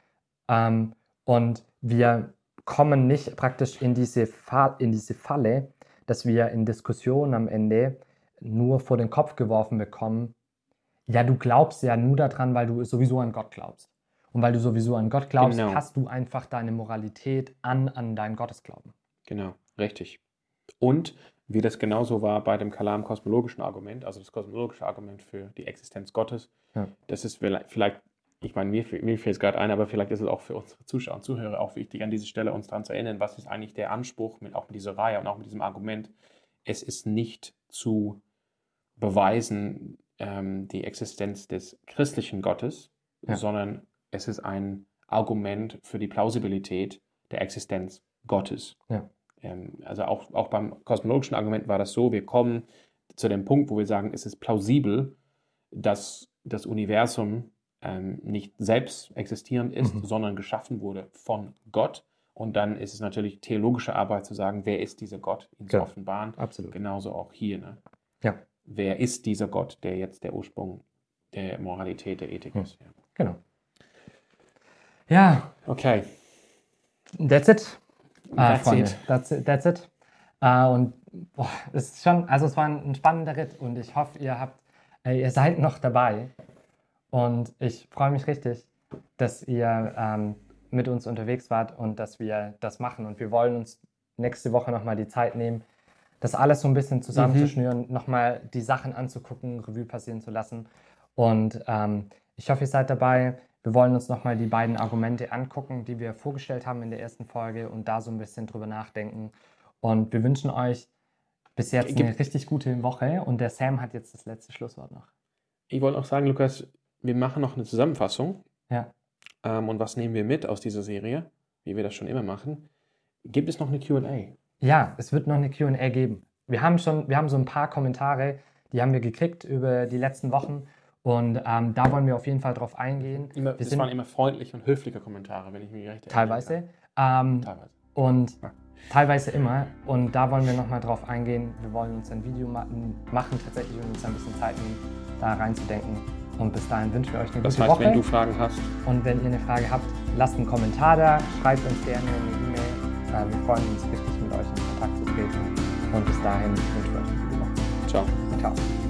Und wir kommen nicht praktisch in diese Falle, dass wir in Diskussionen am Ende nur vor den Kopf geworfen bekommen, ja, du glaubst ja nur daran, weil du sowieso an Gott glaubst. Und weil du sowieso an Gott glaubst, passt du einfach deine Moralität an deinen Gottesglauben. Genau, richtig. Und wie das genauso war bei dem Kalam-kosmologischen Argument, also das kosmologische Argument für die Existenz Gottes, das ist vielleicht, ich meine, mir fällt es gerade ein, aber vielleicht ist es auch für unsere Zuschauer und Zuhörer auch wichtig, an dieser Stelle uns daran zu erinnern, was ist eigentlich der Anspruch, auch mit dieser Reihe und auch mit diesem Argument. Es ist nicht zu beweisen, die Existenz des christlichen Gottes, sondern es ist ein Argument für die Plausibilität der Existenz Gottes. Ja. Also auch beim kosmologischen Argument war das so, wir kommen zu dem Punkt, wo wir sagen, es ist plausibel, dass das Universum nicht selbst existierend ist, sondern geschaffen wurde von Gott Und dann ist es natürlich theologische Arbeit zu sagen, wer ist dieser Gott, ihn zu Genau. offenbaren. Absolut. Genauso auch hier. Ne? Ja, Wer ist dieser Gott, der jetzt der Ursprung der Moralität, der Ethik ist? Ja. genau. Ja, Okay. that's it. That's Freunde. it. That's it. Und es ist schon, also es war ein spannender Ritt und ich hoffe, ihr seid noch dabei. Und ich freue mich richtig, dass ihr mit uns unterwegs wart und dass wir das machen. Und wir wollen uns nächste Woche nochmal die Zeit nehmen, das alles so ein bisschen zusammenzuschnüren, nochmal die Sachen anzugucken, Revue passieren zu lassen. Und ich hoffe, ihr seid dabei. Wir wollen uns nochmal die beiden Argumente angucken, die wir vorgestellt haben in der ersten Folge und da so ein bisschen drüber nachdenken. Und wir wünschen euch bis jetzt eine richtig gute Woche. Und der Sam hat jetzt das letzte Schlusswort noch. Ich wollte auch sagen, Lukas, wir machen noch eine Zusammenfassung. Ja. Und was nehmen wir mit aus dieser Serie, wie wir das schon immer machen? Gibt es noch eine Q&A? Ja, es wird noch eine Q&A geben. Wir haben so ein paar Kommentare, die haben wir gekriegt über die letzten Wochen und da wollen wir auf jeden Fall drauf eingehen. Das waren immer freundliche und höfliche Kommentare, wenn ich mich recht erinnere. Teilweise. Teilweise. Und teilweise immer. Und da wollen wir nochmal drauf eingehen. Wir wollen uns ein Video machen tatsächlich und uns ein bisschen Zeit nehmen, da reinzudenken. Und bis dahin wünschen wir euch eine gute Woche. Wenn du Fragen hast. Und wenn ihr eine Frage habt, lasst einen Kommentar da, schreibt uns gerne eine E-Mail. Wir freuen uns richtig, mit euch in Kontakt zu treten. Und bis dahin wünschen wir euch eine gute Woche. Ciao. Ciao.